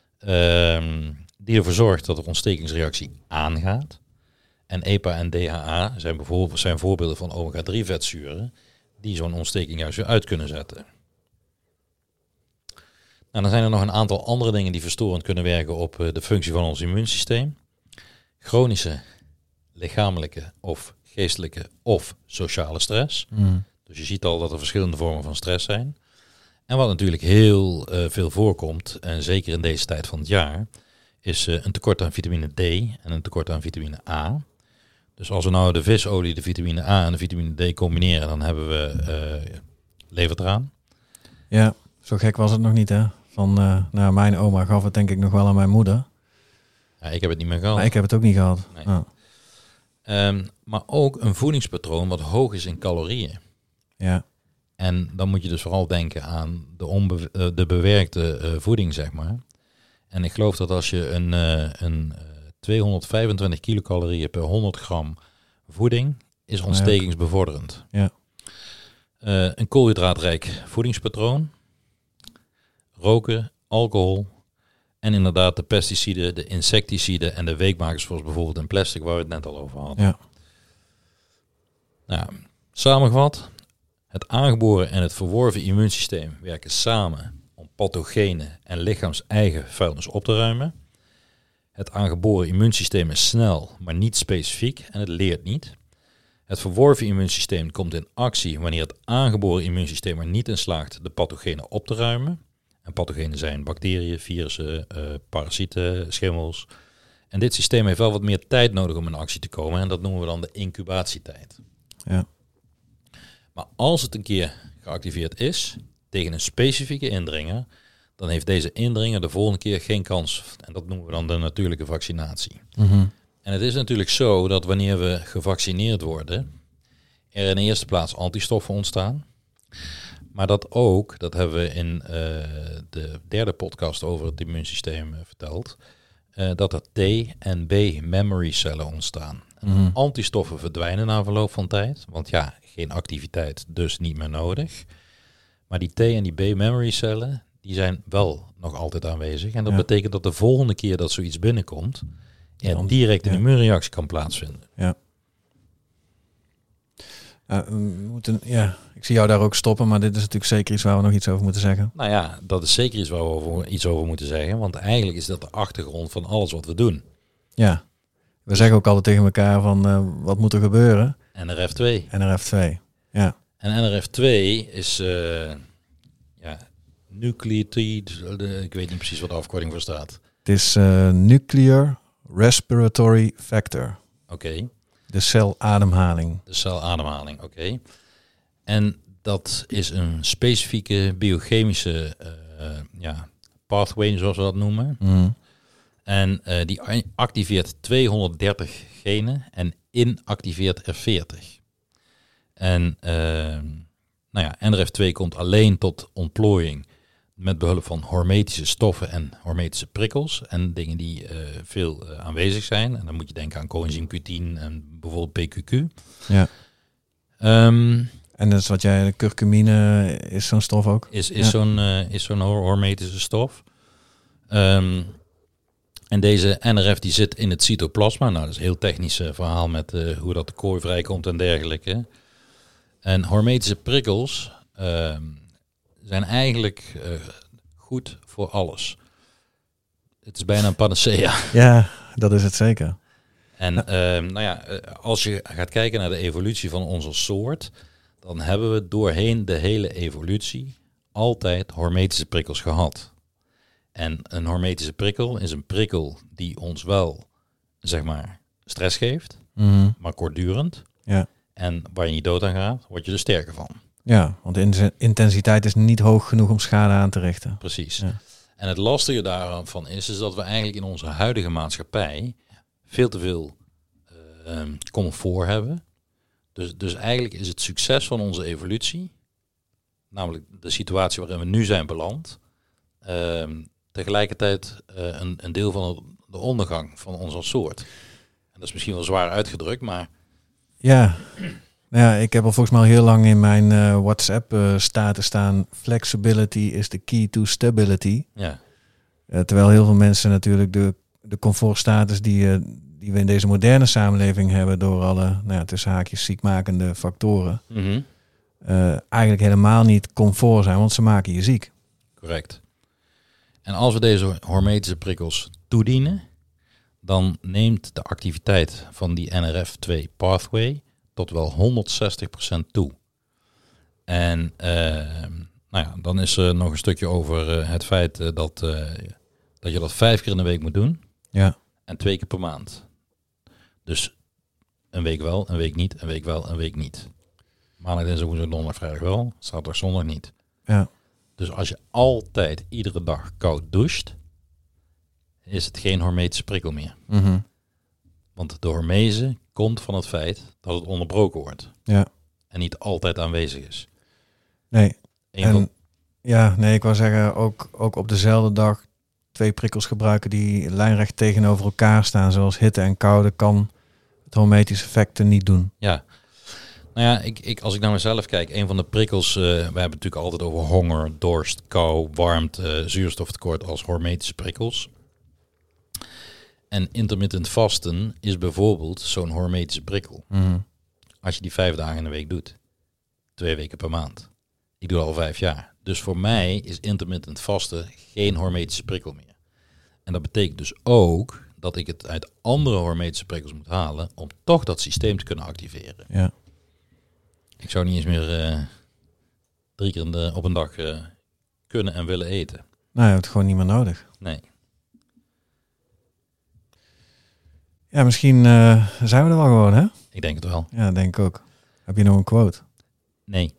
[SPEAKER 2] die ervoor zorgt dat de ontstekingsreactie aangaat. En EPA en DHA zijn voorbeelden van omega-3 vetzuren die zo'n ontsteking juist weer uit kunnen zetten. Nou, dan zijn er nog een aantal andere dingen die verstorend kunnen werken op de functie van ons immuunsysteem. Chronische, lichamelijke of geestelijke of sociale stress. Dus je ziet al dat er verschillende vormen van stress zijn. En wat natuurlijk heel veel voorkomt, en zeker in deze tijd van het jaar, is een tekort aan vitamine D en een tekort aan vitamine A. Dus als we nou de visolie, de vitamine A en de vitamine D combineren, dan hebben we levertraan. Ja,
[SPEAKER 1] zo gek was het nog niet, hè? Mijn oma gaf het denk ik nog wel aan mijn moeder.
[SPEAKER 2] Ja, ik heb het niet meer gehad.
[SPEAKER 1] Maar ik heb het ook niet gehad.
[SPEAKER 2] Nee.
[SPEAKER 1] Oh.
[SPEAKER 2] Maar ook een voedingspatroon wat hoog is in calorieën.
[SPEAKER 1] Ja.
[SPEAKER 2] En dan moet je dus vooral denken aan de bewerkte voeding, zeg maar. En ik geloof dat als je een 225 kilocalorieën per 100 gram voeding is ontstekingsbevorderend.
[SPEAKER 1] Ja.
[SPEAKER 2] Een koolhydraatrijk voedingspatroon, roken, alcohol en inderdaad de pesticiden, de insecticiden en de weekmakers zoals bijvoorbeeld in plastic waar we het net al over hadden.
[SPEAKER 1] Ja.
[SPEAKER 2] Nou, samengevat, het aangeboren en het verworven immuunsysteem werken samen om pathogenen en lichaams-eigen vuilnis op te ruimen. Het aangeboren immuunsysteem is snel, maar niet specifiek en het leert niet. Het verworven immuunsysteem komt in actie wanneer het aangeboren immuunsysteem er niet in slaagt de pathogenen op te ruimen. En pathogenen zijn bacteriën, virussen, parasieten, schimmels. En dit systeem heeft wel wat meer tijd nodig om in actie te komen en dat noemen we dan de incubatietijd.
[SPEAKER 1] Ja.
[SPEAKER 2] Maar als het een keer geactiveerd is tegen een specifieke indringer, dan heeft deze indringer de volgende keer geen kans. En dat noemen we dan de natuurlijke vaccinatie.
[SPEAKER 1] Mm-hmm.
[SPEAKER 2] En het is natuurlijk zo dat wanneer we gevaccineerd worden, er in de eerste plaats antistoffen ontstaan. Maar dat hebben we in de derde podcast over het immuunsysteem verteld, dat er T- en B-memory cellen ontstaan.
[SPEAKER 1] Mm-hmm.
[SPEAKER 2] Antistoffen verdwijnen na verloop van tijd, want ja, geen activiteit, dus niet meer nodig. Maar die T- en die B-memory cellen, die zijn wel nog altijd aanwezig. En dat betekent dat de volgende keer dat zoiets binnenkomt, direct een immuunreactie kan plaatsvinden.
[SPEAKER 1] Ja. Ik zie jou daar ook stoppen, maar dit is natuurlijk zeker iets waar we nog iets over moeten zeggen.
[SPEAKER 2] Nou ja, dat is zeker iets waar we iets over moeten zeggen, want eigenlijk is dat de achtergrond van alles wat we doen.
[SPEAKER 1] Ja, we zeggen ook altijd tegen elkaar van wat moet er gebeuren?
[SPEAKER 2] NRF2.
[SPEAKER 1] NRF2, ja.
[SPEAKER 2] En NRF2 is nucleotide, ik weet niet precies wat de afkorting voor staat.
[SPEAKER 1] Het is Nuclear Respiratory Factor.
[SPEAKER 2] Oké.
[SPEAKER 1] De celademhaling.
[SPEAKER 2] De celademhaling, oké. En dat is een specifieke biochemische pathway, zoals we dat noemen.
[SPEAKER 1] Mm.
[SPEAKER 2] En die activeert 230 genen en inactiveert er 40. En NRF2 komt alleen tot ontplooiing met behulp van hormetische stoffen en hormetische prikkels en dingen die veel aanwezig zijn. En dan moet je denken aan coenzym Q10 en bijvoorbeeld PQQ.
[SPEAKER 1] Ja. En dat is wat jij, curcumine is zo'n stof ook?
[SPEAKER 2] Is zo'n hormetische stof. En deze NRF die zit in het cytoplasma. Nou, dat is een heel technisch verhaal met hoe dat de kooi vrijkomt en dergelijke. En hormetische prikkels zijn eigenlijk goed voor alles. Het is bijna een panacea.
[SPEAKER 1] Ja, dat is het zeker.
[SPEAKER 2] En als je gaat kijken naar de evolutie van onze soort, dan hebben we doorheen de hele evolutie altijd hormetische prikkels gehad. En een hormetische prikkel is een prikkel die ons wel, zeg maar, stress geeft, maar kortdurend. Ja. En waar je niet dood aan gaat, word je er sterker van.
[SPEAKER 1] Ja, want de intensiteit is niet hoog genoeg om schade aan te richten.
[SPEAKER 2] Precies. Ja. En het lastige daarvan is dat we eigenlijk in onze huidige maatschappij veel te veel comfort hebben. Dus eigenlijk is het succes van onze evolutie, namelijk de situatie waarin we nu zijn beland, tegelijkertijd een deel van de ondergang van onze soort. En dat is misschien wel zwaar uitgedrukt, maar...
[SPEAKER 1] Ja, ik heb al volgens mij al heel lang in mijn WhatsApp-status staan: flexibility is the key to stability.
[SPEAKER 2] Ja.
[SPEAKER 1] Terwijl heel veel mensen natuurlijk de comfortstatus die we in deze moderne samenleving hebben door alle, tussen haakjes, ziekmakende factoren, eigenlijk helemaal niet comfort zijn, want ze maken je ziek.
[SPEAKER 2] Correct. En als we deze hormetische prikkels toedienen, dan neemt de activiteit van die NRF2 pathway tot wel 160% toe. En dan is er nog een stukje over het feit dat je dat 5 keer in de week moet doen.
[SPEAKER 1] Ja.
[SPEAKER 2] En 2 keer per maand. Dus een week wel, een week niet, een week wel, een week niet. Maandag, dinsdag, woensdag, donderdag, vrijdag wel, zaterdag, zondag niet.
[SPEAKER 1] Ja.
[SPEAKER 2] Dus als je altijd iedere dag koud doucht, is het geen hormetische prikkel meer.
[SPEAKER 1] Mm-hmm.
[SPEAKER 2] Want de hormese komt van het feit dat het onderbroken wordt.
[SPEAKER 1] Ja.
[SPEAKER 2] En niet altijd aanwezig is.
[SPEAKER 1] Nee. Ik wou zeggen, ook op dezelfde dag 2 prikkels gebruiken die lijnrecht tegenover elkaar staan, zoals hitte en koude, kan het hormetische effect niet doen.
[SPEAKER 2] Ja. Nou ja, als ik naar mezelf kijk, een van de prikkels, wij hebben het natuurlijk altijd over honger, dorst, kou, warmte, zuurstoftekort als hormetische prikkels. En intermittent vasten is bijvoorbeeld zo'n hormetische prikkel.
[SPEAKER 1] Mm-hmm.
[SPEAKER 2] Als je die 5 dagen in de week doet. 2 weken per maand. Ik doe al 5 jaar. Dus voor mij is intermittent vasten geen hormetische prikkel meer. En dat betekent dus ook dat ik het uit andere hormetische prikkels moet halen om toch dat systeem te kunnen activeren.
[SPEAKER 1] Ja.
[SPEAKER 2] Ik zou niet eens meer 3 keer op een dag kunnen en willen eten.
[SPEAKER 1] Nou, je hebt het gewoon niet meer nodig.
[SPEAKER 2] Nee.
[SPEAKER 1] Ja, misschien zijn we er wel gewoon, hè?
[SPEAKER 2] Ik denk het wel.
[SPEAKER 1] Ja, denk ik ook. Heb je nog een quote?
[SPEAKER 2] Nee.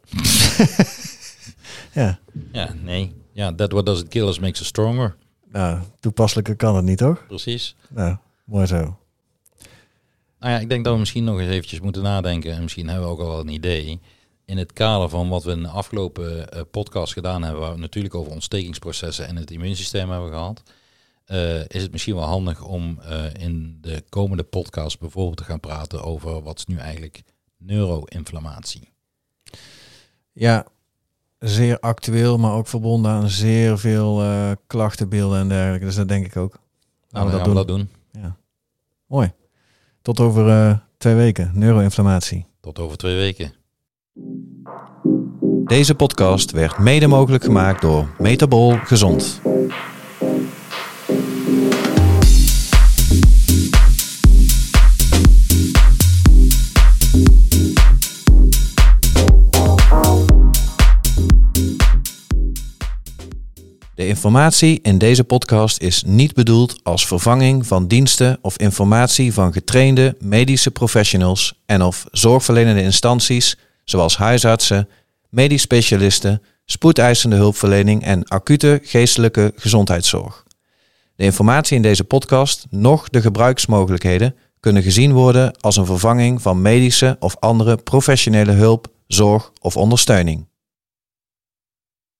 [SPEAKER 1] Ja.
[SPEAKER 2] Ja, nee. Ja, that what doesn't kill us makes us stronger.
[SPEAKER 1] Nou, toepasselijker kan het niet, toch?
[SPEAKER 2] Precies.
[SPEAKER 1] Nou, mooi zo.
[SPEAKER 2] Nou ja, ik denk dat we misschien nog eens eventjes moeten nadenken. En misschien hebben we ook al wel een idee. In het kader van wat we in de afgelopen podcast gedaan hebben, waar we natuurlijk over ontstekingsprocessen en het immuunsysteem hebben gehad, is het misschien wel handig om in de komende podcast bijvoorbeeld te gaan praten over wat is nu eigenlijk neuroinflammatie.
[SPEAKER 1] Ja, zeer actueel, maar ook verbonden aan zeer veel klachtenbeelden en dergelijke. Dus dat denk ik ook.
[SPEAKER 2] Nou, dan gaan we dat doen.
[SPEAKER 1] Ja. Mooi. Tot over 2 weken. Neuroinflammatie.
[SPEAKER 2] Tot over 2 weken.
[SPEAKER 1] Deze podcast werd mede mogelijk gemaakt door Metabol Gezond. informatie in deze podcast is niet bedoeld als vervanging van diensten of informatie van getrainde medische professionals en of zorgverlenende instanties zoals huisartsen, medisch specialisten, spoedeisende hulpverlening en acute geestelijke gezondheidszorg. De informatie in deze podcast, noch de gebruiksmogelijkheden, kunnen gezien worden als een vervanging van medische of andere professionele hulp, zorg of ondersteuning.